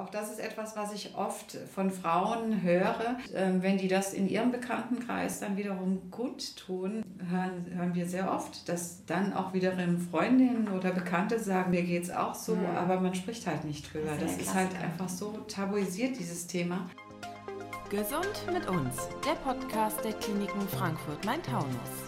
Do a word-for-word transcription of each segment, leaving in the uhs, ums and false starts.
auch das ist etwas, was ich oft von Frauen höre. Ähm, wenn die das in ihrem Bekanntenkreis dann wiederum kundtun, hören, hören wir sehr oft, dass dann auch wiederum Freundinnen oder Bekannte sagen, mir geht's auch so, mhm. aber man spricht halt nicht drüber. Das, ist, das ist halt einfach so tabuisiert, dieses Thema. Gesund mit uns, der Podcast der Kliniken Frankfurt-Main-Taunus.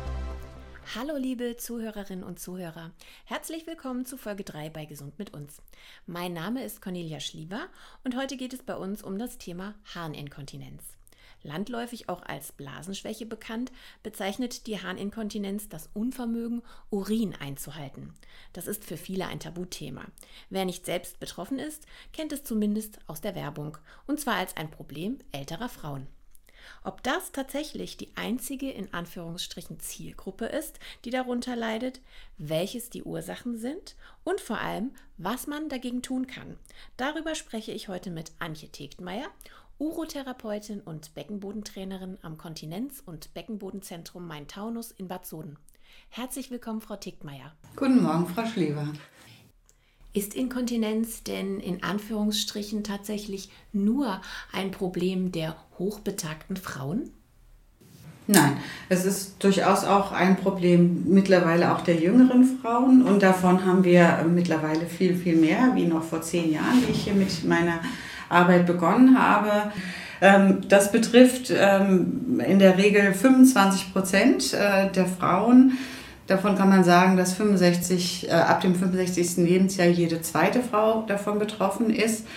Hallo liebe Zuhörerinnen und Zuhörer, herzlich willkommen zu Folge drei bei Gesund mit uns. Mein Name ist Cornelia Schliever und heute geht es bei uns um das Thema Harninkontinenz. Landläufig auch als Blasenschwäche bekannt, bezeichnet die Harninkontinenz das Unvermögen, Urin einzuhalten. Das ist für viele ein Tabuthema. Wer nicht selbst betroffen ist, kennt es zumindest aus der Werbung, und zwar als ein Problem älterer Frauen. Ob das tatsächlich die einzige in Anführungsstrichen Zielgruppe ist, die darunter leidet, welches die Ursachen sind und vor allem, was man dagegen tun kann. Darüber spreche ich heute mit Antje Tegtmeier, Urotherapeutin und Beckenbodentrainerin am Kontinenz- und Beckenbodenzentrum Main-Taunus in Bad Soden. Herzlich willkommen, Frau Tegtmeier. Guten Morgen, Frau Schliever. Ist Inkontinenz denn in Anführungsstrichen tatsächlich nur ein Problem der hochbetagten Frauen? Nein, es ist durchaus auch ein Problem mittlerweile auch der jüngeren Frauen, und davon haben wir mittlerweile viel, viel mehr, wie noch vor zehn Jahren, wie ich hier mit meiner Arbeit begonnen habe. Das betrifft in der Regel fünfundzwanzig Prozent der Frauen. Davon kann man sagen, dass fünfundsechzig, äh, ab dem fünfundsechzigsten Lebensjahr jede zweite Frau davon betroffen ist.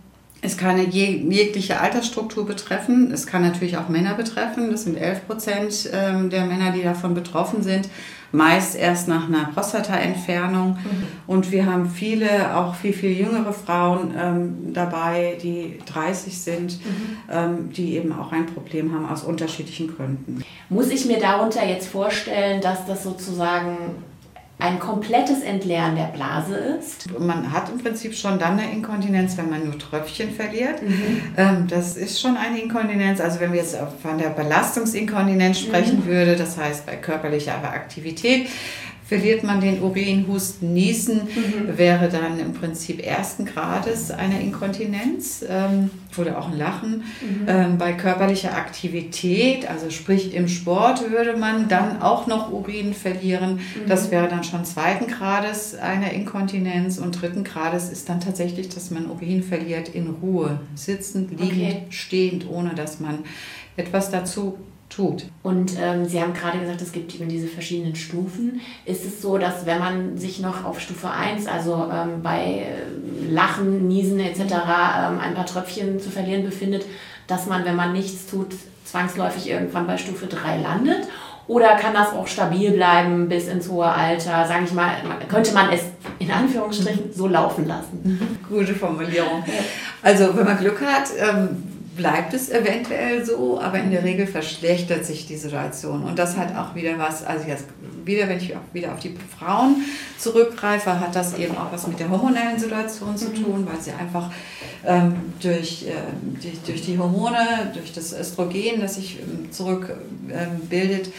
Es kann jeg- jegliche Altersstruktur betreffen. Es kann natürlich auch Männer betreffen. Das sind elf Prozent ähm, der Männer, die davon betroffen sind. Meist erst nach einer Prostataentfernung. Mhm. Und wir haben viele, auch viel, viel jüngere Frauen ähm, dabei, die dreißig sind, mhm. ähm, die eben auch ein Problem haben aus unterschiedlichen Gründen. Muss ich mir darunter jetzt vorstellen, dass das sozusagen ein komplettes Entleeren der Blase ist? Man hat im Prinzip schon dann eine Inkontinenz, wenn man nur Tröpfchen verliert. Mhm. Ähm, das ist schon eine Inkontinenz. Also wenn wir jetzt von der Belastungsinkontinenz sprechen mhm. würde, das heißt bei körperlicher Aktivität, verliert man den Urin, Husten, Niesen, mhm. wäre dann im Prinzip ersten Grades eine Inkontinenz ähm, oder auch ein Lachen. Mhm. Ähm, bei körperlicher Aktivität, also sprich im Sport, würde man dann auch noch Urin verlieren. Mhm. Das wäre dann schon zweiten Grades eine Inkontinenz, und dritten Grades ist dann tatsächlich, dass man Urin verliert in Ruhe, sitzend, liegend, okay. stehend, ohne dass man etwas dazu tut. Und ähm, Sie haben gerade gesagt, es gibt eben diese verschiedenen Stufen. Ist es so, dass wenn man sich noch auf Stufe eins, also ähm, bei Lachen, Niesen et cetera, ähm, ein paar Tröpfchen zu verlieren befindet, dass man, wenn man nichts tut, zwangsläufig irgendwann bei Stufe drei landet? Oder kann das auch stabil bleiben bis ins hohe Alter? Sage ich mal, könnte man es in Anführungsstrichen so laufen lassen? Gute Formulierung. Also wenn man Glück hat, ähm, bleibt es eventuell so, aber in der Regel verschlechtert sich die Situation. Und das hat auch wieder was, also jetzt wieder, wenn ich auch wieder auf die Frauen zurückgreife, hat das eben auch was mit der hormonellen Situation zu tun, weil sie einfach ähm, durch, äh, die, durch die Hormone, durch das Östrogen, das sich ähm, zurückbildet,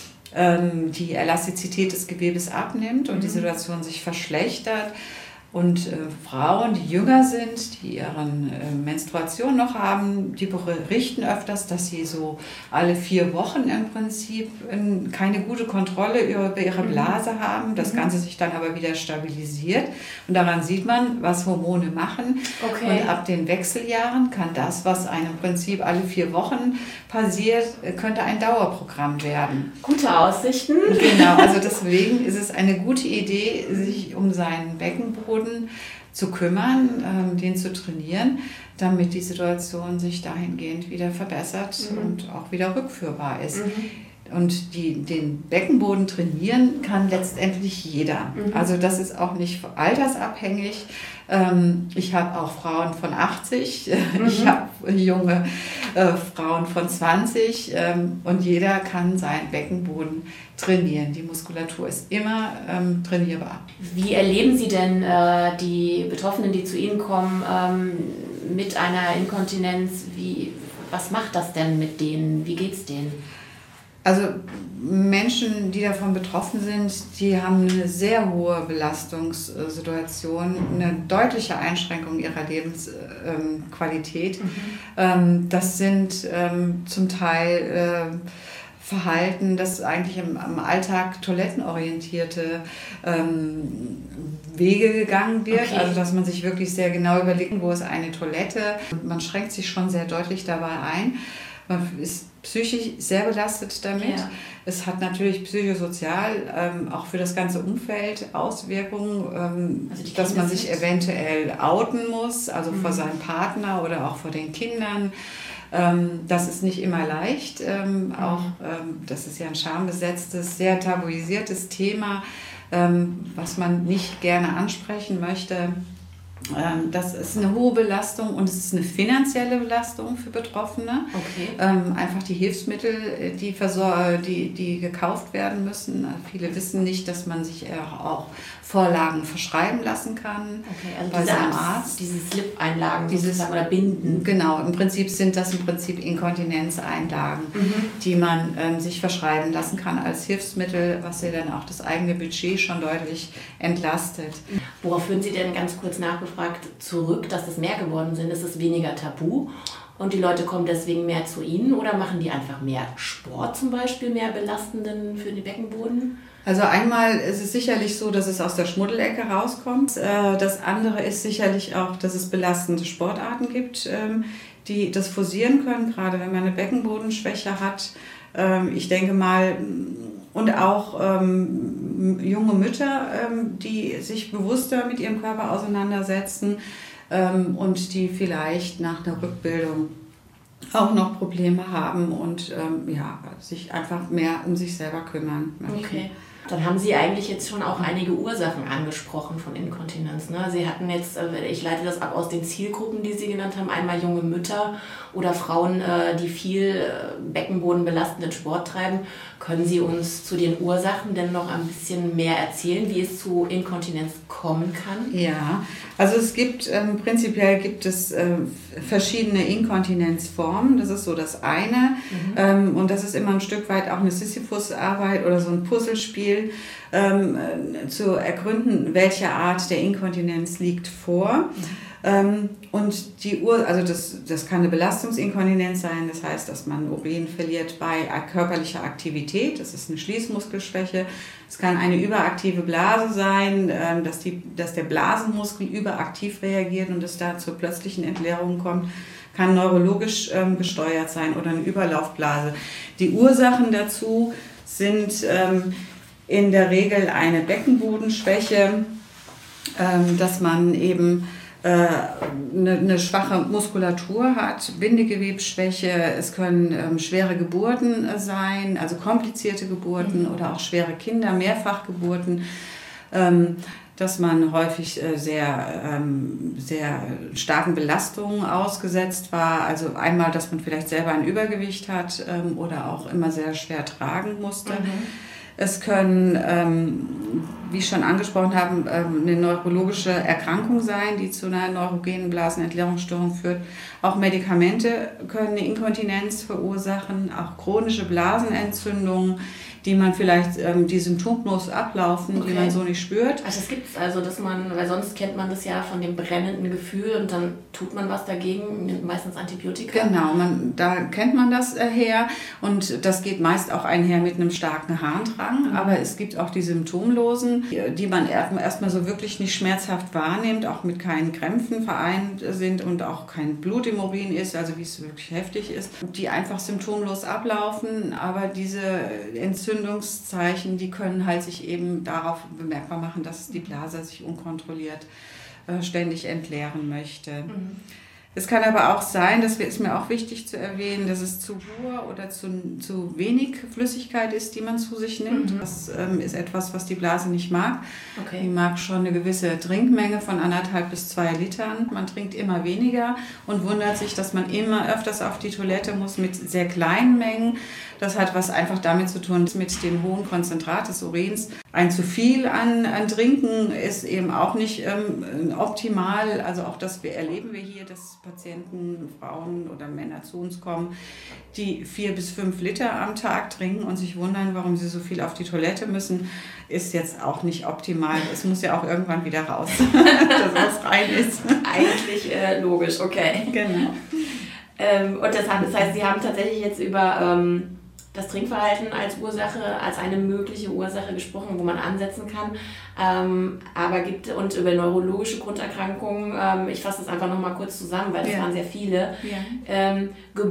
ähm, die Elastizität des Gewebes abnimmt und mhm. die Situation sich verschlechtert. Und äh, Frauen, die jünger sind, die ihren äh, Menstruation noch haben, die berichten öfters, dass sie so alle vier Wochen im Prinzip in, keine gute Kontrolle über ihre Blase haben, das mhm. Ganze sich dann aber wieder stabilisiert. Und daran sieht man, was Hormone machen. Okay. Und ab den Wechseljahren kann das, was einem im Prinzip alle vier Wochen passiert, könnte ein Dauerprogramm werden. Gute Aussichten. Genau, also deswegen ist es eine gute Idee, sich um seinen Beckenboden zu kümmern, ähm, den zu trainieren, damit die Situation sich dahingehend wieder verbessert mhm. und auch wieder rückführbar ist. Mhm. Und die, den Beckenboden trainieren kann letztendlich jeder. Mhm. Also das ist auch nicht altersabhängig. Ähm, ich habe auch Frauen von achtzig, mhm. ich habe junge äh, Frauen von zwanzig ähm, und jeder kann seinen Beckenboden trainieren. Die Muskulatur ist immer ähm, trainierbar. Wie erleben Sie denn äh, die Betroffenen, die zu Ihnen kommen, ähm, mit einer Inkontinenz? Wie, was macht das denn mit denen? Wie geht's denen? Also Menschen, die davon betroffen sind, die haben eine sehr hohe Belastungssituation, eine deutliche Einschränkung ihrer Lebensqualität. Mhm. Das sind zum Teil Verhalten, das eigentlich im, im Alltag toilettenorientierte ähm, Wege gegangen wird. Okay. Also dass man sich wirklich sehr genau überlegt, wo ist eine Toilette. Man schränkt sich schon sehr deutlich dabei ein. Man ist psychisch sehr belastet damit. Ja. Es hat natürlich psychosozial ähm, auch für das ganze Umfeld Auswirkungen, ähm, also dass man sich eventuell outen muss, also mhm. vor seinem Partner oder auch vor den Kindern. Ähm, das ist nicht immer leicht. Ähm, mhm. Auch ähm, das ist ja ein schambesetztes, sehr tabuisiertes Thema, ähm, was man nicht gerne ansprechen möchte. Das ist eine hohe Belastung und es ist eine finanzielle Belastung für Betroffene. Okay. Ähm, einfach die Hilfsmittel, die, versor- die, die gekauft werden müssen. Viele wissen nicht, dass man sich auch Vorlagen verschreiben lassen kann. Okay, also bei seinem Arzt. Diese Slip-Einlagen dieses, oder Binden. Genau, im Prinzip sind das im Prinzip Inkontinenzeinlagen, mhm. die man ähm, sich verschreiben lassen kann als Hilfsmittel, was ja dann auch das eigene Budget schon deutlich entlastet. Worauf würden Sie denn ganz kurz nachgefragt zurück, dass es mehr geworden sind? Ist es weniger tabu und die Leute kommen deswegen mehr zu Ihnen oder machen die einfach mehr Sport zum Beispiel, mehr belastenden für den Beckenboden? Also einmal ist es sicherlich so, dass es aus der Schmuddelecke rauskommt. Das andere ist sicherlich auch, dass es belastende Sportarten gibt, die das forcieren können, gerade wenn man eine Beckenbodenschwäche hat. Ich denke mal, und auch ähm, junge Mütter, ähm, die sich bewusster mit ihrem Körper auseinandersetzen ähm, und die vielleicht nach einer Rückbildung auch noch Probleme haben und ähm, ja, sich einfach mehr um sich selber kümmern möchten. Okay. Dann haben Sie eigentlich jetzt schon auch einige Ursachen angesprochen von Inkontinenz. Ne? Sie hatten jetzt, ich leite das ab aus den Zielgruppen, die Sie genannt haben, einmal junge Mütter oder Frauen, die viel beckenbodenbelastenden Sport treiben. Können Sie uns zu den Ursachen denn noch ein bisschen mehr erzählen, wie es zu Inkontinenz kommen kann? Ja, also es gibt, ähm, prinzipiell gibt es äh, verschiedene Inkontinenzformen. Das ist so das eine. Mhm. Ähm, und das ist immer ein Stück weit auch eine Sisyphus-Arbeit oder so ein Puzzlespiel, ähm, zu ergründen, welche Art der Inkontinenz liegt vor. Mhm. Ähm, und die Ur, also das, das kann eine Belastungsinkontinenz sein, das heißt, dass man Urin verliert bei körperlicher Aktivität, das ist eine Schließmuskelschwäche. Es kann eine überaktive Blase sein, ähm, dass, die, dass der Blasenmuskel überaktiv reagiert und es da zur plötzlichen Entleerung kommt. Kann neurologisch ähm, gesteuert sein oder eine Überlaufblase. Die Ursachen dazu sind ähm, in der Regel eine Beckenbodenschwäche, ähm, dass man eben Eine, eine schwache Muskulatur hat, Bindegewebsschwäche, es können ähm, schwere Geburten äh, sein, also komplizierte Geburten mhm. oder auch schwere Kinder, Mehrfachgeburten, ähm, dass man häufig äh, sehr, ähm, sehr starken Belastungen ausgesetzt war, also einmal, dass man vielleicht selber ein Übergewicht hat ähm, oder auch immer sehr schwer tragen musste. Mhm. Es können, ähm, wie ich schon angesprochen habe, ähm, eine neurologische Erkrankung sein, die zu einer neurogenen Blasenentleerungsstörung führt. Auch Medikamente können eine Inkontinenz verursachen, auch chronische Blasenentzündungen, die man vielleicht, ähm, die symptomlos ablaufen, okay. die man so nicht spürt. Also das gibt es also, dass man, weil sonst kennt man das ja von dem brennenden Gefühl und dann tut man was dagegen, nimmt meistens Antibiotika. Genau, man, da kennt man das äh, her und das geht meist auch einher mit einem starken Harndrang, mhm. aber es gibt auch die symptomlosen, die, die man erstmal so wirklich nicht schmerzhaft wahrnimmt, auch mit keinen Krämpfen vereint sind und auch kein Blut im Urin ist, also wie es wirklich heftig ist, die einfach symptomlos ablaufen, aber diese Entzündung Entzündungszeichen, die können halt sich eben darauf bemerkbar machen, dass die Blase sich unkontrolliert äh, ständig entleeren möchte. Mhm. Es kann aber auch sein, das ist mir auch wichtig zu erwähnen, dass es zu hohe oder zu, zu wenig Flüssigkeit ist, die man zu sich nimmt. Mhm. Das ähm, ist etwas, was die Blase nicht mag. Okay. Die mag schon eine gewisse Trinkmenge von anderthalb bis zwei Litern. Man trinkt immer weniger und wundert sich, dass man immer öfters auf die Toilette muss mit sehr kleinen Mengen. Das hat was einfach damit zu tun, mit dem hohen Konzentrat des Urins. Ein zu viel an, an Trinken ist eben auch nicht ähm, optimal. Also auch das erleben wir hier, dass Patienten, Frauen oder Männer zu uns kommen, die vier bis fünf Liter am Tag trinken und sich wundern, warum sie so viel auf die Toilette müssen, ist jetzt auch nicht optimal. Es muss ja auch irgendwann wieder raus, dass was rein ist. Eigentlich äh, logisch, okay. Genau. Ähm, und das, hat, das heißt, Sie haben tatsächlich jetzt über ähm, das Trinkverhalten als Ursache, als eine mögliche Ursache gesprochen, wo man ansetzen kann. Ähm, aber gibt und über neurologische Grunderkrankungen, ähm, ich fasse das einfach nochmal kurz zusammen, weil das ja. waren sehr viele. Ja. Ähm,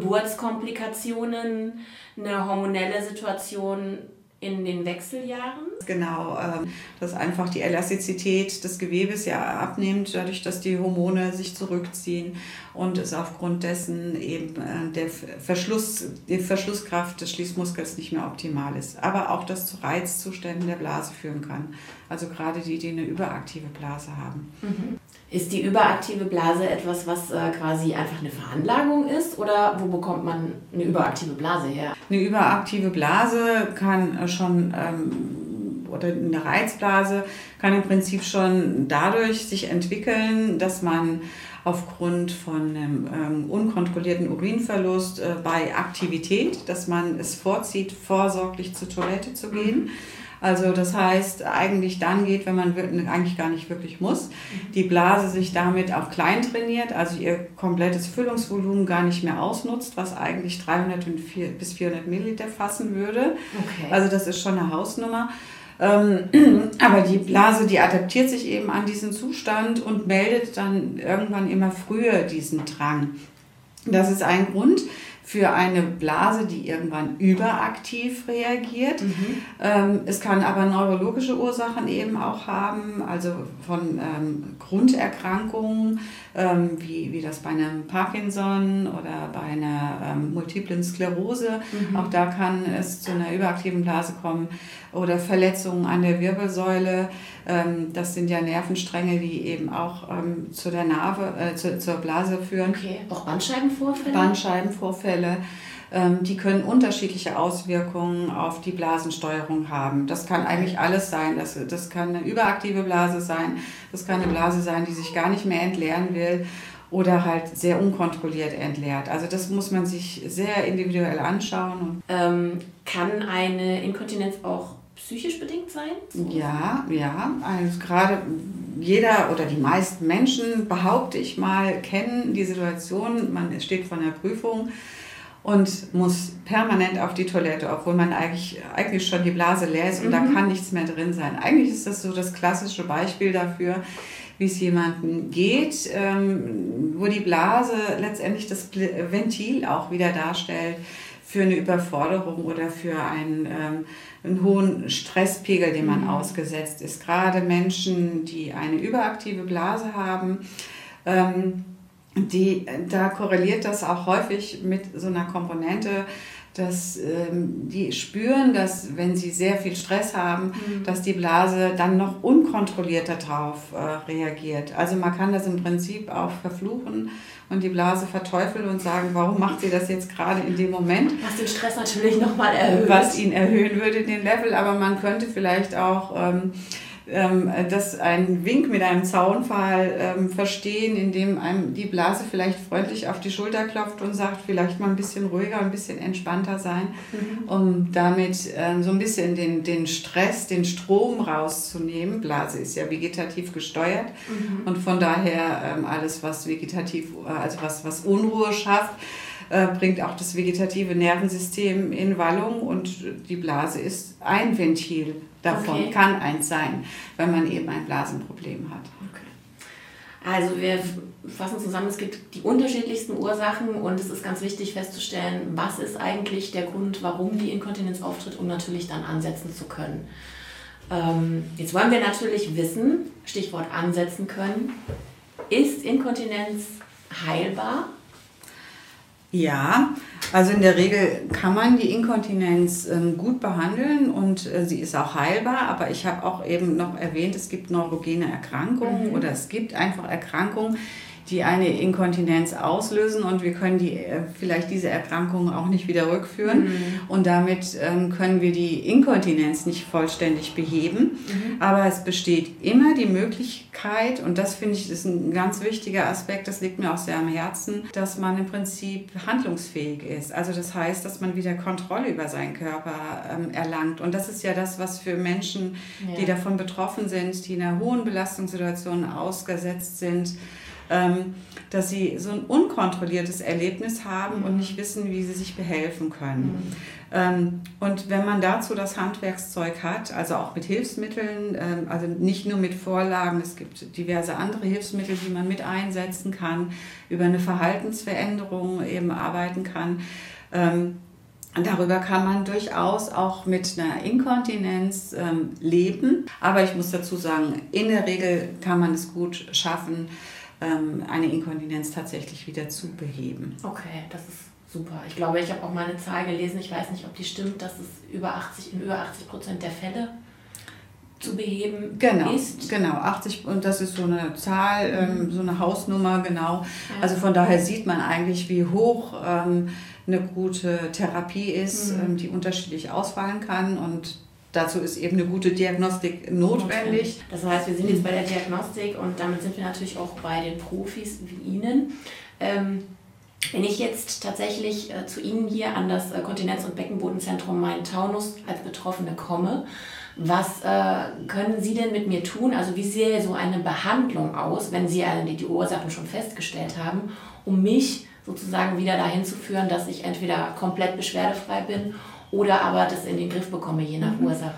Geburtskomplikationen, eine hormonelle Situation in den Wechseljahren? Genau, dass einfach die Elastizität des Gewebes ja abnimmt, dadurch, dass die Hormone sich zurückziehen und es aufgrund dessen eben der Verschluss, die Verschlusskraft des Schließmuskels nicht mehr optimal ist. Aber auch das zu Reizzuständen der Blase führen kann. Also gerade die, die eine überaktive Blase haben. Mhm. Ist die überaktive Blase etwas, was äh, quasi einfach eine Veranlagung ist, oder wo bekommt man eine überaktive Blase her? Eine überaktive Blase kann schon, ähm, oder eine Reizblase kann im Prinzip schon dadurch sich entwickeln, dass man aufgrund von einem ähm, unkontrollierten Urinverlust äh, bei Aktivität, dass man es vorzieht, vorsorglich zur Toilette zu gehen. Also das heißt, eigentlich dann geht, wenn man eigentlich gar nicht wirklich muss, die Blase sich damit auch klein trainiert, also ihr komplettes Füllungsvolumen gar nicht mehr ausnutzt, was eigentlich dreihundert bis vierhundert Milliliter fassen würde. Okay. Also das ist schon eine Hausnummer. Ähm, aber die Blase, die adaptiert sich eben an diesen Zustand und meldet dann irgendwann immer früher diesen Drang. Das ist ein Grund für eine Blase, die irgendwann überaktiv reagiert. Mhm. Ähm, es kann aber neurologische Ursachen eben auch haben, also von ähm, Grunderkrankungen, ähm, wie, wie das bei einem Parkinson oder bei einer ähm, multiplen Sklerose. Mhm. Auch da kann es zu einer überaktiven Blase kommen. Oder Verletzungen an der Wirbelsäule. Ähm, das sind ja Nervenstränge, die eben auch ähm, zu der Narbe, äh, zu, zur Blase führen. Okay, auch Bandscheibenvorfälle? Bandscheibenvorfälle. Ähm, die können unterschiedliche Auswirkungen auf die Blasensteuerung haben. Das kann eigentlich alles sein. Das, das kann eine überaktive Blase sein. Das kann eine Blase sein, die sich gar nicht mehr entleeren will. Oder halt sehr unkontrolliert entleert. Also das muss man sich sehr individuell anschauen. Ähm, kann eine Inkontinenz auch psychisch bedingt sein? Ja, ja. Also gerade jeder oder die meisten Menschen, behaupte ich mal, kennen die Situation, man steht vor einer Prüfung und muss permanent auf die Toilette, obwohl man eigentlich, eigentlich schon die Blase leer ist und mhm. da kann nichts mehr drin sein. Eigentlich ist das so das klassische Beispiel dafür, wie es jemandem geht, ähm, wo die Blase letztendlich das Ventil auch wieder darstellt für eine Überforderung oder für einen, ähm, einen hohen Stresspegel, den man mhm. ausgesetzt ist. Gerade Menschen, die eine überaktive Blase haben, ähm, die, da korreliert das auch häufig mit so einer Komponente, dass ähm, die spüren, dass wenn sie sehr viel Stress haben, mhm. dass die Blase dann noch unkontrollierter darauf äh, reagiert. Also man kann das im Prinzip auch verfluchen und die Blase verteufeln und sagen, warum macht sie das jetzt gerade in dem Moment? Was den Stress natürlich nochmal erhöht. Was ihn erhöhen würde, den Level, aber man könnte vielleicht auch ähm, ähm, das einen Wink mit einem Zaunpfahl ähm, verstehen, indem einem die Blase vielleicht freundlich auf die Schulter klopft und sagt, vielleicht mal ein bisschen ruhiger, ein bisschen entspannter sein, mhm. um damit ähm, so ein bisschen den, den Stress, den Strom rauszunehmen. Blase ist ja vegetativ gesteuert mhm. und von daher ähm, alles, was vegetativ, also was, was Unruhe schafft, äh, bringt auch das vegetative Nervensystem in Wallung und die Blase ist ein Ventil davon, okay. kann eins sein, wenn man eben ein Blasenproblem hat. Okay. Also wir fassen zusammen, es gibt die unterschiedlichsten Ursachen und es ist ganz wichtig festzustellen, was ist eigentlich der Grund, warum die Inkontinenz auftritt, um natürlich dann ansetzen zu können. Ähm, jetzt wollen wir natürlich wissen, Stichwort ansetzen können, ist Inkontinenz heilbar? Ja, also in der Regel kann man die Inkontinenz ähm, gut behandeln und äh, sie ist auch heilbar, aber ich habe auch eben noch erwähnt, es gibt neurogene Erkrankungen mhm. oder es gibt einfach Erkrankungen, die eine Inkontinenz auslösen und wir können die, vielleicht diese Erkrankung auch nicht wieder rückführen. Mhm. Und damit ähm, können wir die Inkontinenz nicht vollständig beheben. Mhm. Aber es besteht immer die Möglichkeit, und das finde ich ist ein ganz wichtiger Aspekt, das liegt mir auch sehr am Herzen, dass man im Prinzip handlungsfähig ist. Also das heißt, dass man wieder Kontrolle über seinen Körper ähm, erlangt. Und das ist ja das, was für Menschen, ja. die davon betroffen sind, die in einer hohen Belastungssituation ausgesetzt sind, ähm, dass sie so ein unkontrolliertes Erlebnis haben mhm. und nicht wissen, wie sie sich behelfen können. Mhm. Ähm, und wenn man dazu das Handwerkszeug hat, also auch mit Hilfsmitteln, ähm, also nicht nur mit Vorlagen, es gibt diverse andere Hilfsmittel, die man mit einsetzen kann, über eine Verhaltensveränderung eben arbeiten kann. Ähm, Darüber kann man durchaus auch mit einer Inkontinenz ähm, leben. Aber ich muss dazu sagen, in der Regel kann man es gut schaffen, ähm, eine Inkontinenz tatsächlich wieder zu beheben. Okay, das ist super. Ich glaube, ich habe auch mal eine Zahl gelesen, ich weiß nicht, ob die stimmt, dass es über achtzig, in über achtzig Prozent der Fälle zu beheben genau, ist. Genau, achtzig, und das ist so eine Zahl, ähm, so eine Hausnummer, genau. Ja. Also von daher sieht man eigentlich, wie hoch ähm, eine gute Therapie ist, mhm. ähm, die unterschiedlich ausfallen kann, und dazu ist eben eine gute Diagnostik notwendig. Das heißt, wir sind jetzt bei der Diagnostik und damit sind wir natürlich auch bei den Profis wie Ihnen. Ähm, wenn ich jetzt tatsächlich äh, zu Ihnen hier an das äh, Kontinenz- und Beckenbodenzentrum Main-Taunus als Betroffene komme, was äh, können Sie denn mit mir tun? Also wie sähe so eine Behandlung aus, wenn Sie äh, die, die Ursachen schon festgestellt haben, um mich sozusagen wieder dahin zu führen, dass ich entweder komplett beschwerdefrei bin oder aber das in den Griff bekomme, je nach mhm. Ursache?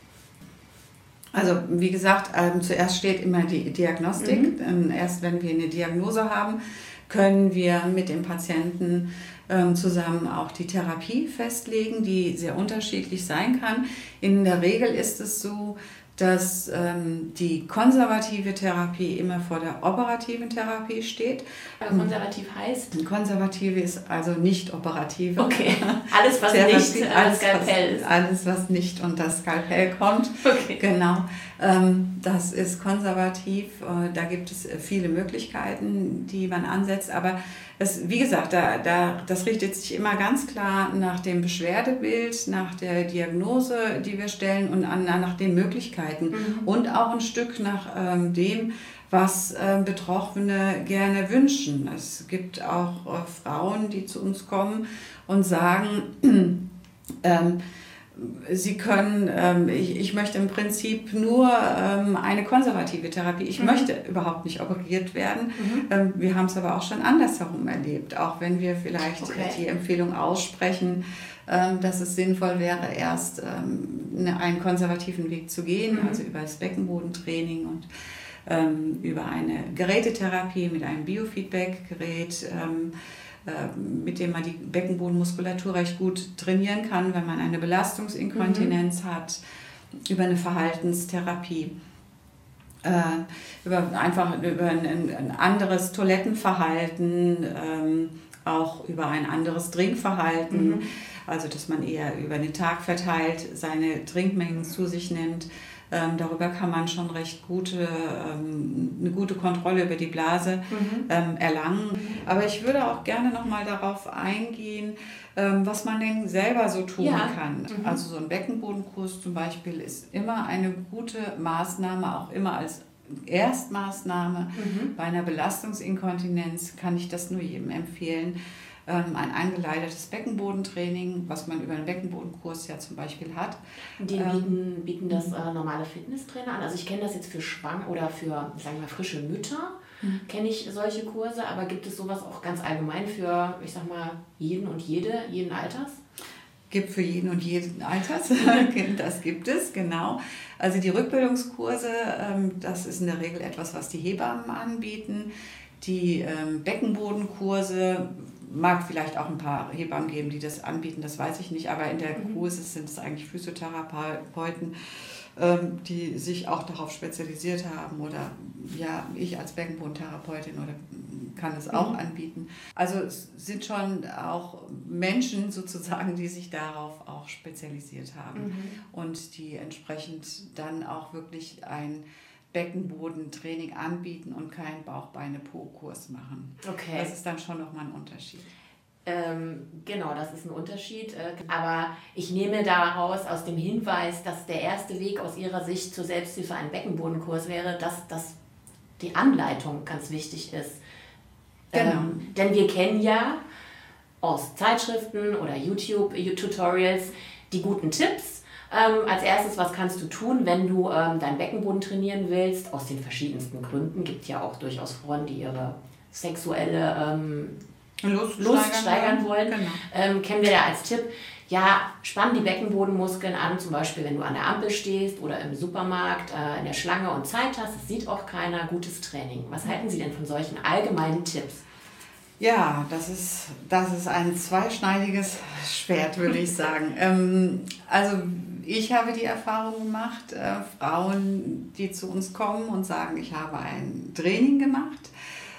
Also wie gesagt, ähm, zuerst steht immer die Diagnostik. Mhm. Ähm, erst wenn wir eine Diagnose haben, können wir mit dem Patienten ähm, zusammen auch die Therapie festlegen, die sehr unterschiedlich sein kann. In der Regel ist es so, dass ähm, die konservative Therapie immer vor der operativen Therapie steht. Aber konservativ heißt? Konservative ist also nicht operative. Okay, alles was Therapie, nicht äh, alles, Skalpell ist. Was, alles, was nicht unter das Skalpell kommt. Okay. Genau, ähm, das ist konservativ. Äh, da gibt es viele Möglichkeiten, die man ansetzt. Aber es, wie gesagt, da, da, das richtet sich immer ganz klar nach dem Beschwerdebild, nach der Diagnose, die wir stellen, und an, nach den Möglichkeiten. Mhm. Und auch ein Stück nach ähm, dem, was äh, Betroffene gerne wünschen. Es gibt auch äh, Frauen, die zu uns kommen und sagen, ähm, sie können, ähm, ich, ich möchte im Prinzip nur ähm, eine konservative Therapie. Ich mhm. möchte überhaupt nicht operiert werden. Mhm. Ähm, wir haben es aber auch schon andersherum erlebt, auch wenn wir vielleicht okay. die Empfehlung aussprechen, dass es sinnvoll wäre, erst ähm, einen konservativen Weg zu gehen, mhm. also über das Beckenbodentraining und ähm, über eine Gerätetherapie mit einem Biofeedback-Gerät, ähm, äh, mit dem man die Beckenbodenmuskulatur recht gut trainieren kann, wenn man eine Belastungsinkontinenz mhm. hat, über eine Verhaltenstherapie. Äh, über einfach über ein, ein anderes Toilettenverhalten, ähm, auch über ein anderes Trinkverhalten, mhm. also dass man eher über den Tag verteilt seine Trinkmengen zu sich nimmt. Ähm, darüber kann man schon recht gute, ähm, eine gute Kontrolle über die Blase mhm. ähm, erlangen. Aber ich würde auch gerne noch mal darauf eingehen, ähm, was man denn selber so tun ja. kann. Mhm. Also so ein Beckenbodenkurs zum Beispiel ist immer eine gute Maßnahme, auch immer als Erstmaßnahme. Mhm. Bei einer Belastungsinkontinenz kann ich das nur jedem empfehlen. Ähm, ein angeleitetes Beckenbodentraining, was man über einen Beckenbodenkurs ja zum Beispiel hat. Die bieten, ähm, bieten das äh, normale Fitnesstrainer an. Also ich kenne das jetzt für Schwang oder für, sagen wir mal, frische Mütter. Mhm. Kenne ich solche Kurse, aber gibt es sowas auch ganz allgemein für, ich sag mal, jeden und jede, jeden Alters? Gibt für jeden und jeden Alters, das gibt es, genau. Also die Rückbildungskurse, das ist in der Regel etwas, was die Hebammen anbieten. Die Beckenbodenkurse, mag vielleicht auch ein paar Hebammen geben, die das anbieten, das weiß ich nicht, aber in der mhm. Kurse sind es eigentlich Physiotherapeuten, die sich auch darauf spezialisiert haben, oder ja, ich als Beckenbodentherapeutin oder kann es auch mhm. anbieten. Also es sind schon auch Menschen sozusagen, die sich darauf auch spezialisiert haben mhm. und die entsprechend dann auch wirklich ein Beckenbodentraining anbieten und keinen Bauch-Beine-Po-Kurs machen. Okay. Das ist dann schon nochmal ein Unterschied. Ähm, genau, das ist ein Unterschied. Aber ich nehme daraus aus dem Hinweis, dass der erste Weg aus Ihrer Sicht zur Selbsthilfe ein Beckenbodenkurs wäre, dass, dass die Anleitung ganz wichtig ist. Genau. Ähm, denn wir kennen ja aus Zeitschriften oder YouTube-Tutorials die guten Tipps. Ähm, als erstes, was kannst du tun, wenn du ähm, deinen Beckenboden trainieren willst? Aus den verschiedensten Gründen. Gibt ja auch durchaus Frauen, die ihre sexuelle ähm, Lust, Lust steigern wollen. Genau. Ähm, kennen wir da als Tipp, ja, spann die Beckenbodenmuskeln an, zum Beispiel wenn du an der Ampel stehst oder im Supermarkt äh, in der Schlange und Zeit hast. Das sieht auch keiner. Gutes Training. Was halten Sie denn von solchen allgemeinen Tipps? Ja, das ist, das ist ein zweischneidiges Schwert, würde ich sagen. ähm, also ich habe die Erfahrung gemacht, äh, Frauen, die zu uns kommen und sagen, ich habe ein Training gemacht,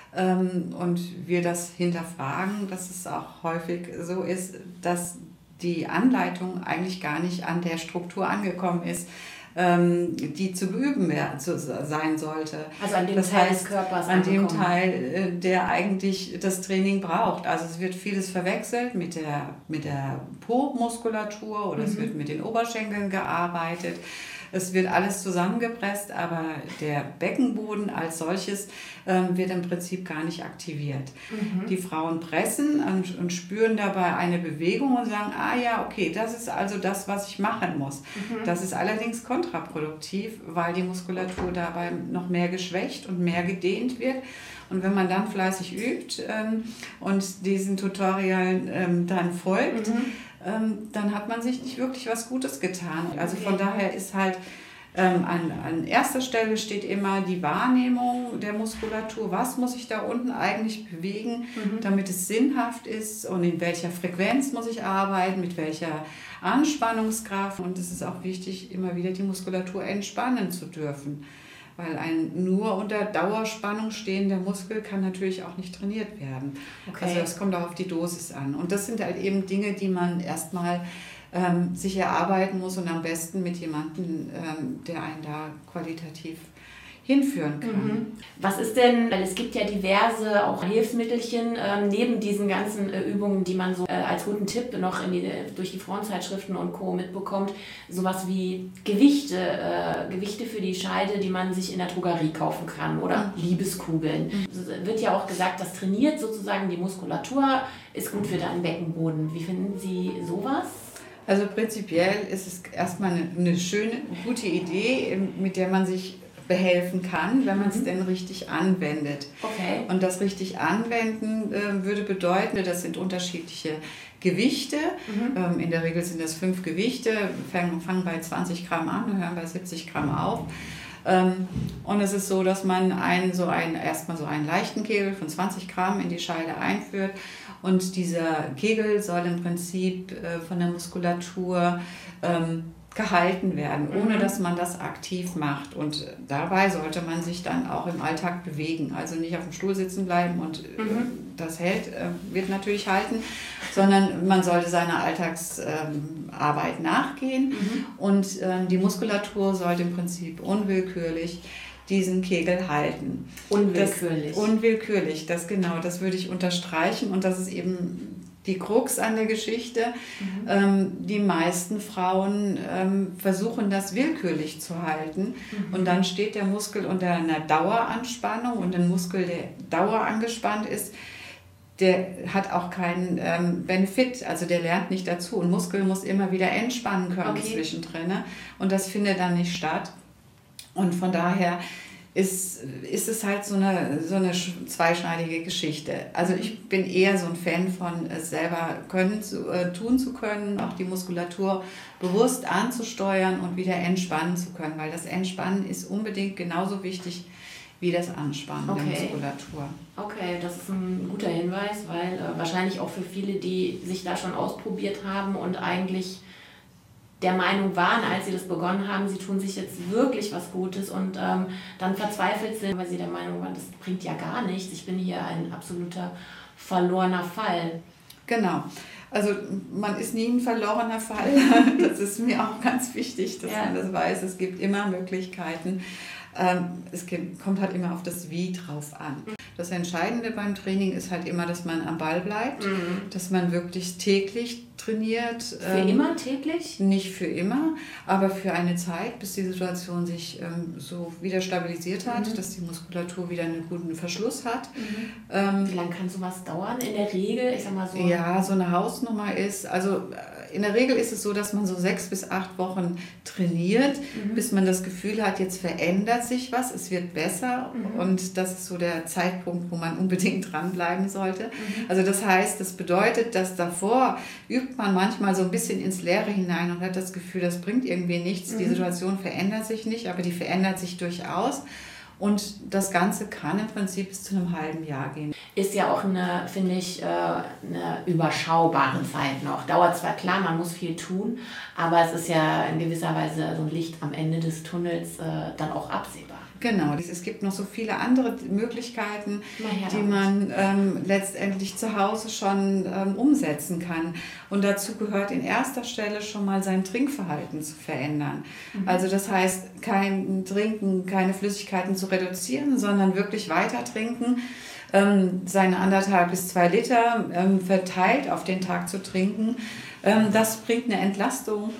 ähm, und wir das hinterfragen, dass es auch häufig so ist, dass die Anleitung eigentlich gar nicht an der Struktur angekommen ist, ähm, die zu beüben zu sein sollte. Also an dem das Teil heißt, des Körpers an angekommen. dem Teil, der eigentlich das Training braucht. Also es wird vieles verwechselt mit der, mit der Po-Muskulatur oder mhm. es wird mit den Oberschenkeln gearbeitet. Es wird alles zusammengepresst, aber der Beckenboden als solches ähm, wird im Prinzip gar nicht aktiviert. Mhm. Die Frauen pressen und, und spüren dabei eine Bewegung und sagen, ah ja, okay, das ist also das, was ich machen muss. Mhm. Das ist allerdings kontraproduktiv, weil die Muskulatur dabei noch mehr geschwächt und mehr gedehnt wird. Und wenn man dann fleißig übt ähm, und diesen Tutorialen ähm, dann folgt, mhm. ähm, dann hat man sich nicht wirklich was Gutes getan. Also von daher ist halt ähm, an, an erster Stelle steht immer die Wahrnehmung der Muskulatur. Was muss ich da unten eigentlich bewegen, mhm. damit es sinnhaft ist und in welcher Frequenz muss ich arbeiten, mit welcher Anspannungskraft. Und es ist auch wichtig, immer wieder die Muskulatur entspannen zu dürfen. Weil ein nur unter Dauerspannung stehender Muskel kann natürlich auch nicht trainiert werden. Okay. Also das kommt auch auf die Dosis an. Und das sind halt eben Dinge, die man erstmal ähm, sich erarbeiten muss und am besten mit jemandem, ähm, der einen da qualitativ hinführen kann. Mhm. Was ist denn, weil es gibt ja diverse auch Hilfsmittelchen ähm, neben diesen ganzen äh, Übungen, die man so äh, als guten Tipp noch in die, durch die Frauenzeitschriften und Co. mitbekommt, sowas wie Gewichte, äh, Gewichte für die Scheide, die man sich in der Drogerie kaufen kann oder mhm. Liebeskugeln. Mhm. Es wird ja auch gesagt, das trainiert sozusagen die Muskulatur, ist gut für deinen Beckenboden. Wie finden Sie sowas? Also prinzipiell ist es erstmal eine, eine schöne, gute Idee, mit der man sich behelfen kann, wenn man es mhm. denn richtig anwendet. Okay. Und das richtig anwenden äh, würde bedeuten, das sind unterschiedliche Gewichte. Mhm. Ähm, in der Regel sind das fünf Gewichte, fangen, fangen bei zwanzig Gramm an und hören bei siebzig Gramm auf. Ähm, und es ist so, dass man einen, so einen, erstmal so einen leichten Kegel von zwanzig Gramm in die Scheide einführt. Und dieser Kegel soll im Prinzip äh, von der Muskulatur ähm, gehalten werden, ohne mhm. dass man das aktiv macht. Und dabei sollte man sich dann auch im Alltag bewegen. Also nicht auf dem Stuhl sitzen bleiben und mhm. das hält, wird natürlich halten, sondern man sollte seiner Alltagsarbeit nachgehen. Mhm. Und die Muskulatur sollte im Prinzip unwillkürlich diesen Kegel halten. Unwillkürlich. Das, unwillkürlich, das genau, das würde ich unterstreichen. Und das ist eben die Krux an der Geschichte. Mhm. Ähm, die meisten Frauen ähm, versuchen das willkürlich zu halten mhm. und dann steht der Muskel unter einer Daueranspannung und ein Muskel, der Dauer angespannt ist, der hat auch keinen ähm, Benefit, also der lernt nicht dazu und Muskel muss immer wieder entspannen können okay. zwischendrin und das findet dann nicht statt und von daher Ist, ist es halt so eine, so eine zweischneidige Geschichte. Also ich bin eher so ein Fan von es selber können zu, äh, tun zu können, auch die Muskulatur bewusst anzusteuern und wieder entspannen zu können, weil das Entspannen ist unbedingt genauso wichtig wie das Anspannen okay. der Muskulatur. Okay, das ist ein guter Hinweis, weil äh, wahrscheinlich auch für viele, die sich da schon ausprobiert haben und eigentlich der Meinung waren, als sie das begonnen haben, sie tun sich jetzt wirklich was Gutes und ähm, dann verzweifelt sind, weil sie der Meinung waren, das bringt ja gar nichts, ich bin hier ein absoluter verlorener Fall. Genau. Also man ist nie ein verlorener Fall. Das ist mir auch ganz wichtig, dass ja. man das weiß. Es gibt immer Möglichkeiten. Ähm, es kommt halt immer auf das Wie drauf an. Das Entscheidende beim Training ist halt immer, dass man am Ball bleibt, mhm. dass man wirklich täglich trainiert. Für ähm, immer täglich? Nicht für immer, aber für eine Zeit, bis die Situation sich ähm, so wieder stabilisiert hat, mhm. dass die Muskulatur wieder einen guten Verschluss hat. Mhm. Ähm, Wie lange kann sowas dauern? In der Regel, ich sag mal so. Ja, so eine Hausnummer ist, also in der Regel ist es so, dass man so sechs bis acht Wochen trainiert, mhm. bis man das Gefühl hat, jetzt verändert sich was, es wird besser mhm. und das ist so der Zeitpunkt, wo man unbedingt dranbleiben sollte. Mhm. Also das heißt, das bedeutet, dass davor übt man manchmal so ein bisschen ins Leere hinein und hat das Gefühl, das bringt irgendwie nichts, mhm. die Situation verändert sich nicht, aber die verändert sich durchaus. Und das Ganze kann im Prinzip bis zu einem halben Jahr gehen. Ist ja auch eine, finde ich, eine überschaubare Zeit noch. Dauert zwar klar, man muss viel tun, aber es ist ja in gewisser Weise so ein Licht am Ende des Tunnels dann auch absehbar. Genau, es gibt noch so viele andere Möglichkeiten, die man ähm, letztendlich zu Hause schon ähm, umsetzen kann. Und dazu gehört in erster Stelle schon mal sein Trinkverhalten zu verändern. Mhm. Also das heißt, kein Trinken, keine Flüssigkeiten zu reduzieren, sondern wirklich weiter trinken. Ähm, seine anderthalb bis zwei Liter ähm, verteilt auf den Tag zu trinken. Ähm, das bringt eine Entlastung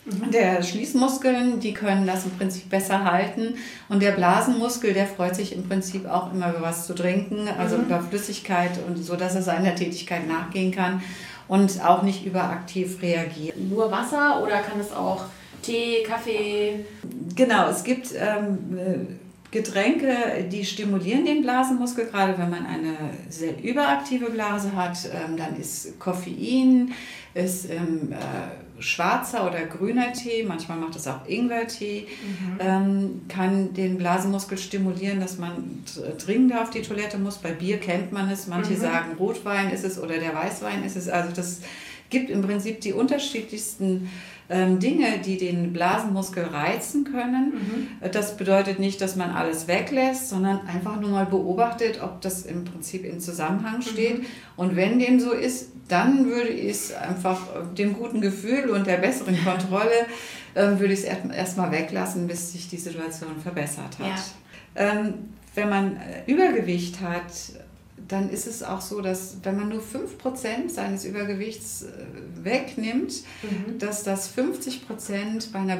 der Schließmuskeln, die können das im Prinzip besser halten und der Blasenmuskel, der freut sich im Prinzip auch immer über was zu trinken, also mhm. über Flüssigkeit und so, dass er seiner Tätigkeit nachgehen kann und auch nicht überaktiv reagiert. Nur Wasser oder kann es auch Tee, Kaffee? Genau, es gibt ähm, Getränke, die stimulieren den Blasenmuskel, gerade wenn man eine sehr überaktive Blase hat, ähm, dann ist Koffein, ist ähm, äh, schwarzer oder grüner Tee, manchmal macht es auch Ingwertee, mhm. ähm, kann den Blasenmuskel stimulieren, dass man dringender auf die Toilette muss. Bei Bier kennt man es, manche mhm. sagen Rotwein ist es oder der Weißwein ist es. Also das gibt im Prinzip die unterschiedlichsten ähm, Dinge, die den Blasenmuskel reizen können. Mhm. Das bedeutet nicht, dass man alles weglässt, sondern einfach nur mal beobachtet, ob das im Prinzip in Zusammenhang steht. Mhm. Und wenn dem so ist, dann würde ich es einfach dem guten Gefühl und der besseren Kontrolle, äh, würde ich es erstmal weglassen, bis sich die Situation verbessert hat. Ja. Ähm, wenn man Übergewicht hat, dann ist es auch so, dass wenn man nur fünf Prozent seines Übergewichts wegnimmt, mhm. dass das fünfzig Prozent bei einer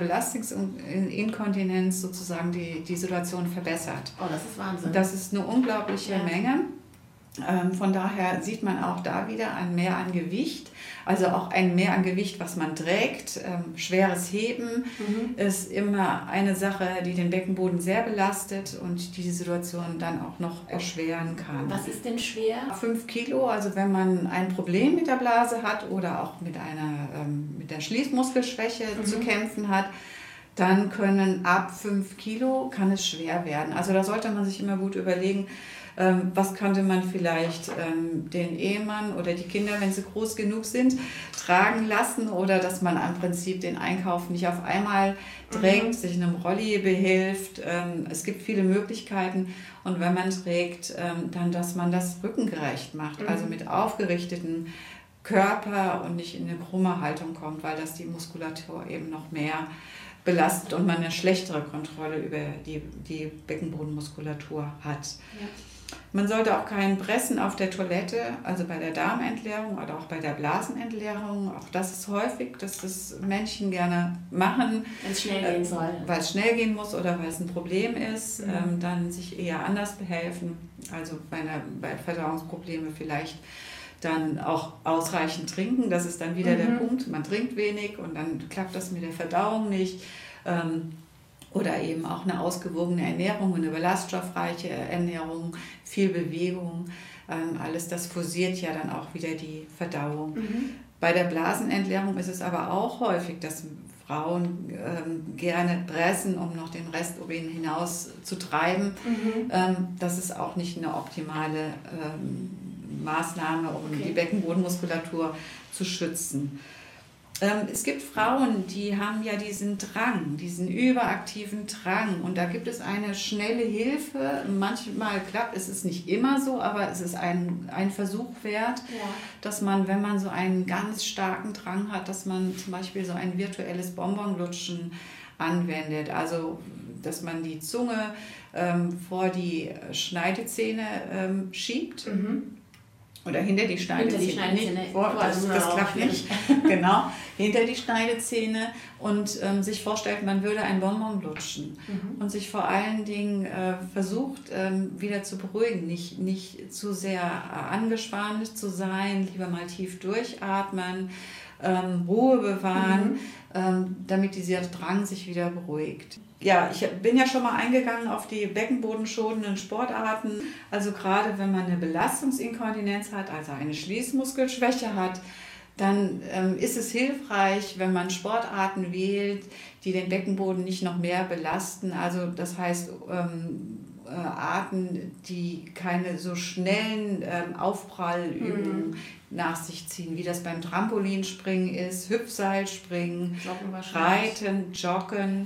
Belastungsinkontinenz sozusagen die, die Situation verbessert. Oh, das ist Wahnsinn. Das ist eine unglaubliche ja. Menge. Ähm, von daher sieht man auch da wieder ein Mehr an Gewicht, also auch ein Mehr an Gewicht, was man trägt. Ähm, schweres Heben mhm. ist immer eine Sache, die den Beckenboden sehr belastet und die die Situation dann auch noch erschweren kann. Was ist denn schwer? Fünf Kilo, also wenn man ein Problem mit der Blase hat oder auch mit einer ähm, mit der Schließmuskelschwäche mhm. zu kämpfen hat, dann können ab fünf Kilo kann es schwer werden. Also da sollte man sich immer gut überlegen, ähm, was könnte man vielleicht ähm, den Ehemann oder die Kinder, wenn sie groß genug sind, tragen lassen oder dass man im Prinzip den Einkauf nicht auf einmal trägt, mhm. sich einem Rolli behilft. Ähm, es gibt viele Möglichkeiten und wenn man trägt, ähm, dann, dass man das rückengerecht macht, mhm. also mit aufgerichteten Körper und nicht in eine krumme Haltung kommt, weil das die Muskulatur eben noch mehr belastet und man eine schlechtere Kontrolle über die, die Beckenbodenmuskulatur hat. Ja. Man sollte auch kein Pressen auf der Toilette, also bei der Darmentleerung oder auch bei der Blasenentleerung. Auch das ist häufig, dass das Menschen gerne machen. Wenn es schnell gehen soll. Weil es schnell gehen muss oder weil es ein Problem ist, mhm. ähm, dann sich eher anders behelfen. Also bei, einer, bei Verdauungsproblemen vielleicht dann auch ausreichend trinken. Das ist dann wieder mhm. der Punkt. Man trinkt wenig und dann klappt das mit der Verdauung nicht. Ähm, Oder eben auch eine ausgewogene Ernährung, eine ballaststoffreiche Ernährung, viel Bewegung. Ähm, alles das forciert ja dann auch wieder die Verdauung. Mhm. Bei der Blasenentleerung ist es aber auch häufig, dass Frauen ähm, gerne pressen, um noch den Rest Urin hinaus zu treiben. Mhm. Ähm, das ist auch nicht eine optimale ähm, Maßnahme, um okay. die Beckenbodenmuskulatur zu schützen. Es gibt Frauen, die haben ja diesen Drang, diesen überaktiven Drang und da gibt es eine schnelle Hilfe. Manchmal klappt es, ist nicht immer so, aber es ist ein, ein Versuch wert, ja. dass man, wenn man so einen ganz starken Drang hat, dass man zum Beispiel so ein virtuelles Bonbonlutschen anwendet. Also dass man die Zunge ähm, vor die Schneidezähne ähm, schiebt. Mhm. Oder hinter die Schneidezähne. Hinter die Schneidezähne. Nicht vor, das, das klappt nicht. Genau, hinter die Schneidezähne und ähm, sich vorstellt, man würde ein Bonbon lutschen. Mhm. Und sich vor allen Dingen äh, versucht, ähm, wieder zu beruhigen. Nicht, nicht zu sehr äh, angespannt zu sein, lieber mal tief durchatmen, ähm, Ruhe bewahren, mhm. ähm, damit dieser Drang sich wieder beruhigt. Ja, ich bin ja schon mal eingegangen auf die beckenbodenschonenden Sportarten. Also gerade wenn man eine Belastungsinkontinenz hat, also eine Schließmuskelschwäche hat, dann ähm, ist es hilfreich, wenn man Sportarten wählt, die den Beckenboden nicht noch mehr belasten. Also das heißt ähm, äh, Arten, die keine so schnellen ähm, Aufprallübungen mhm. nach sich ziehen, wie das beim Trampolinspringen ist, Hüpfseilspringen, Reiten, Joggen.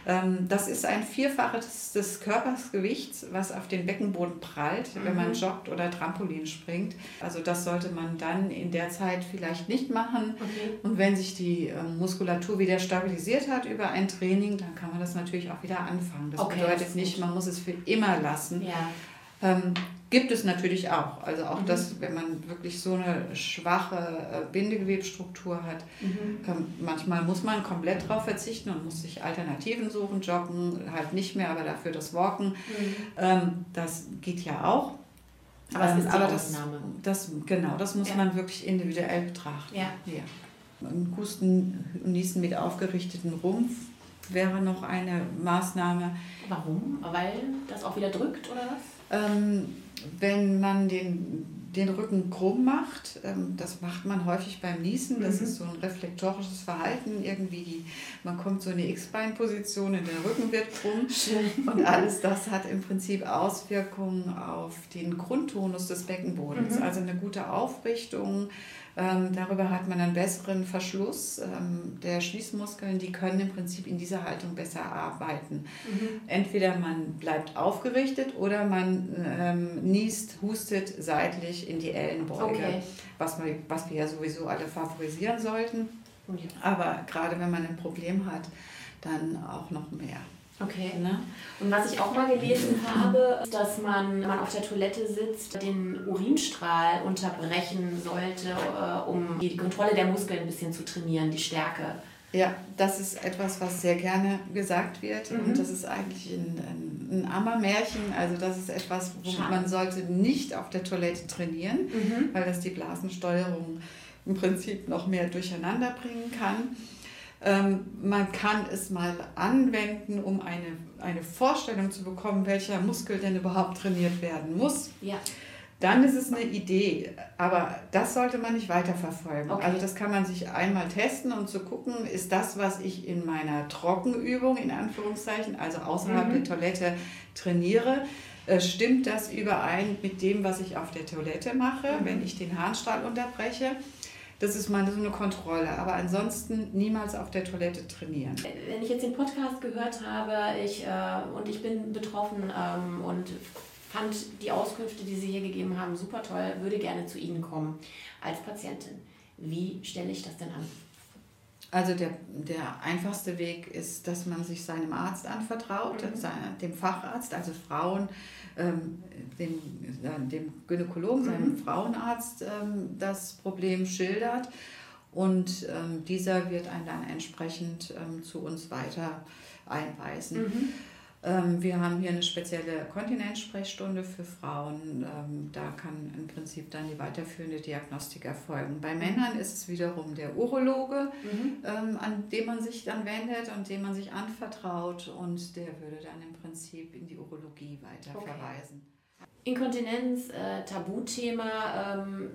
Das ist ein Vierfaches des Körpersgewichts, was auf den Beckenboden prallt, mhm. wenn man joggt oder Trampolin springt. Also das sollte man dann in der Zeit vielleicht nicht machen. Okay. Und wenn sich die Muskulatur wieder stabilisiert hat über ein Training, dann kann man das natürlich auch wieder anfangen. Das okay, bedeutet das nicht, man muss es für immer lassen. Ja. Ähm, gibt es natürlich auch. Also auch mhm. das, wenn man wirklich so eine schwache äh, Bindegewebsstruktur hat, mhm. ähm, manchmal muss man komplett drauf verzichten und muss sich Alternativen suchen, joggen, halt nicht mehr, aber dafür das Walken. Mhm. Ähm, das geht ja auch. Aber es ähm, ist die aber Ausnahme. Das, das, genau, das muss ja. man wirklich individuell betrachten. Ja. Ja. Ein Husten und Niesen mit aufgerichtetem Rumpf wäre noch eine Maßnahme. Warum? Weil das auch wieder drückt oder was? Ähm, wenn man den, den Rücken krumm macht, ähm, das macht man häufig beim Niesen, das mhm. ist so ein reflektorisches Verhalten, irgendwie die, man kommt so in eine X-Bein-Position, der Rücken wird krumm und alles das hat im Prinzip Auswirkungen auf den Grundtonus des Beckenbodens, mhm. also eine gute Aufrichtung. Ähm, darüber hat man einen besseren Verschluss ähm, der Schließmuskeln, die können im Prinzip in dieser Haltung besser arbeiten. Mhm. Entweder man bleibt aufgerichtet oder man ähm, niest, hustet seitlich in die Ellenbeuge, okay. was, man, was wir ja sowieso alle favorisieren sollten. Okay. Aber gerade wenn man ein Problem hat, dann auch noch mehr. Okay. Ne? Und was ich auch mal gelesen habe, ist, dass man, wenn man auf der Toilette sitzt, den Urinstrahl unterbrechen sollte, äh, um die Kontrolle der Muskeln ein bisschen zu trainieren, die Stärke. Ja, das ist etwas, was sehr gerne gesagt wird mhm. und das ist eigentlich ein, ein, ein Ammermärchen. Also das ist etwas, wo Schade. man sollte nicht auf der Toilette trainieren, mhm. weil das die Blasensteuerung im Prinzip noch mehr durcheinander bringen kann. Ähm, man kann es mal anwenden, um eine, eine Vorstellung zu bekommen, welcher Muskel denn überhaupt trainiert werden muss. Ja. Dann ist es eine Idee, aber das sollte man nicht weiterverfolgen. Okay. Also das kann man sich einmal testen, um zu gucken, ist das, was ich in meiner Trockenübung, in Anführungszeichen, also außerhalb mhm. der Toilette trainiere, äh, stimmt das überein mit dem, was ich auf der Toilette mache, mhm. wenn ich den Harnstrahl unterbreche. Das ist mal so eine Kontrolle, aber ansonsten niemals auf der Toilette trainieren. Wenn ich jetzt den Podcast gehört habe ich, äh, und ich bin betroffen ähm, und fand die Auskünfte, die Sie hier gegeben haben, super toll, würde gerne zu Ihnen kommen als Patientin. Wie stelle ich das denn an? Also der, der einfachste Weg ist, dass man sich seinem Arzt anvertraut, mhm. seine, dem Facharzt, also Frauen, ähm, dem, dem Gynäkologen, mhm. seinem Frauenarzt ähm, das Problem schildert und ähm, dieser wird einen dann entsprechend ähm, zu uns weiter einweisen. Mhm. Ähm, wir haben hier eine spezielle Kontinenzsprechstunde für Frauen. Ähm, da kann im Prinzip dann die weiterführende Diagnostik erfolgen. Bei Männern ist es wiederum der Urologe, mhm. ähm, an den man sich dann wendet und dem man sich anvertraut und der würde dann im Prinzip in die Urologie weiter okay. verweisen. Inkontinenz, äh, Tabuthema, ähm,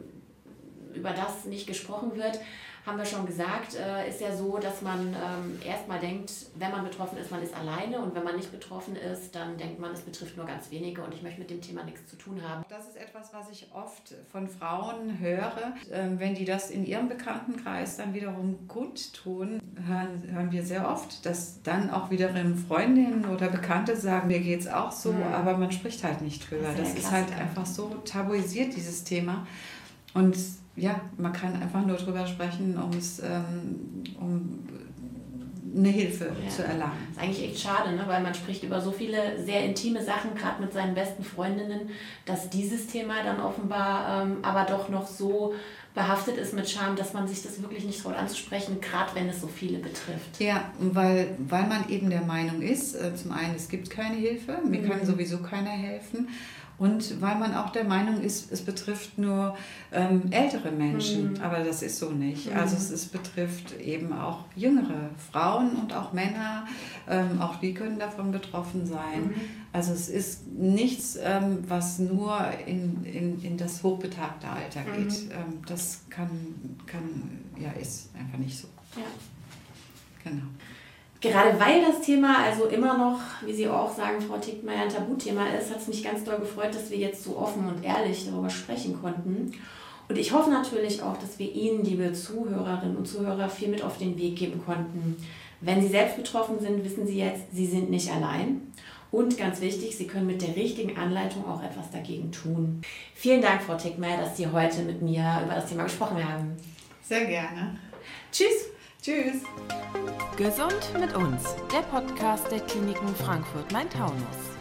über das nicht gesprochen wird. Haben wir schon gesagt, äh, ist ja so, dass man ähm, erstmal denkt, wenn man betroffen ist, man ist alleine und wenn man nicht betroffen ist, dann denkt man, es betrifft nur ganz wenige und ich möchte mit dem Thema nichts zu tun haben. Das ist etwas, was ich oft von Frauen höre. Ähm, wenn die das in ihrem Bekanntenkreis dann wiederum kundtun, hören, hören wir sehr oft, dass dann auch wiederum Freundinnen oder Bekannte sagen, mir geht's auch so, mhm. aber man spricht halt nicht drüber. Das ist, das ist halt einfach so tabuisiert, dieses Thema. Und ja, man kann einfach nur drüber sprechen, um es, ähm, um eine Hilfe ja. zu erlangen. Das ist eigentlich echt schade, ne? Weil man spricht über so viele sehr intime Sachen, gerade mit seinen besten Freundinnen, dass dieses Thema dann offenbar ähm, aber doch noch so behaftet ist mit Scham, dass man sich das wirklich nicht traut anzusprechen, gerade wenn es so viele betrifft. Ja, weil, weil man eben der Meinung ist, äh, zum einen, es gibt keine Hilfe, mir mhm. kann sowieso keiner helfen. Und weil man auch der Meinung ist, es betrifft nur ähm, ältere Menschen, mhm. aber das ist so nicht. Mhm. Also es, es betrifft eben auch jüngere Frauen und auch Männer, ähm, auch die können davon betroffen sein. Mhm. Also es ist nichts, ähm, was nur in, in, in das hochbetagte Alter geht. Mhm. Ähm, das kann, kann, ja, ist einfach nicht so. Ja. Genau. Gerade weil das Thema also immer noch, wie Sie auch sagen, Frau Tickmeier, ein Tabuthema ist, hat es mich ganz doll gefreut, dass wir jetzt so offen und ehrlich darüber sprechen konnten. Und ich hoffe natürlich auch, dass wir Ihnen, liebe Zuhörerinnen und Zuhörer, viel mit auf den Weg geben konnten. Wenn Sie selbst betroffen sind, wissen Sie jetzt, Sie sind nicht allein. Und ganz wichtig, Sie können mit der richtigen Anleitung auch etwas dagegen tun. Vielen Dank, Frau Tickmeier, dass Sie heute mit mir über das Thema gesprochen haben. Sehr gerne. Tschüss. Tschüss. Gesund mit uns, der Podcast der Kliniken Frankfurt-Main-Taunus.